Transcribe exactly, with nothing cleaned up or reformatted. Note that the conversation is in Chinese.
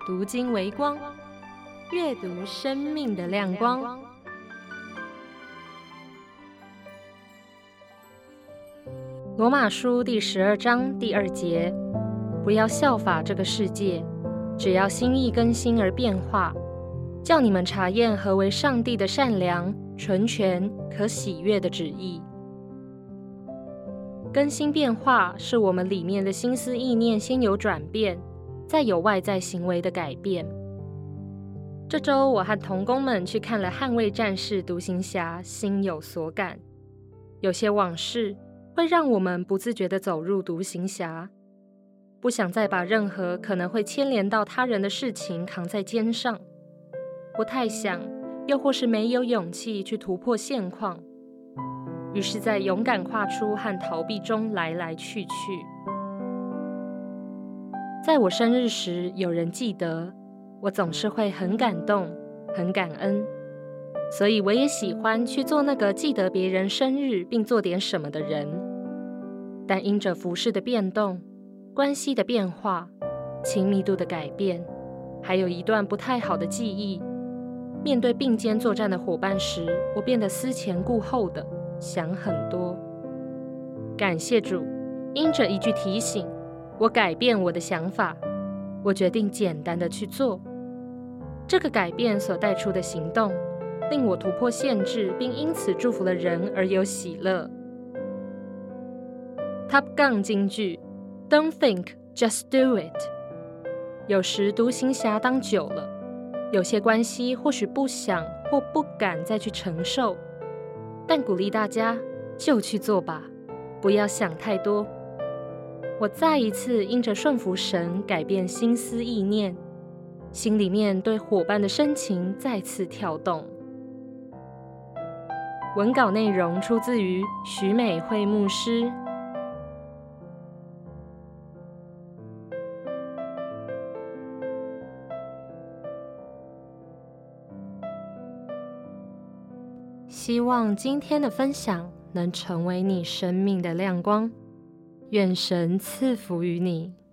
读经为光，阅读生命的亮光。罗马书第十二章第二节，不要效法这个世界，只要心意更新而变化，叫你们查验何为上帝的善良、纯全、可喜悦的旨意。更新变化是我们里面的心思意念先有转变，再有外在行为的改变。这周我和同工们去看了《捍卫战士》独行侠，心有所感。有些往事会让我们不自觉地走入独行侠，不想再把任何可能会牵连到他人的事情扛在肩上，不太想，又或是没有勇气去突破现况，于是在勇敢跨出和逃避中来来去去。在我生日时，有人记得，我总是会很感动，很感恩，所以我也喜欢去做那个记得别人生日并做点什么的人。但因着服事的变动、关系的变化、亲密度的改变，还有一段不太好的记忆，面对并肩作战的伙伴时，我变得思前顾后的，想很多。感谢主，因着一句提醒，我改变我的想法，我决定简单的去做。这个改变所带出的行动，令我突破限制，并因此祝福了人而有喜乐。Top Gun 金句 Don't think, just do it。 有时独行侠当久了，有些关系或许不想或不敢再去承受，但鼓励大家就去做吧，不要想太多。我再一次因着顺服神改变心思意念，心里面对伙伴的深情再次跳动。文稿内容出自于许美惠牧师。希望今天的分享能成为你生命的亮光，愿神赐福于你。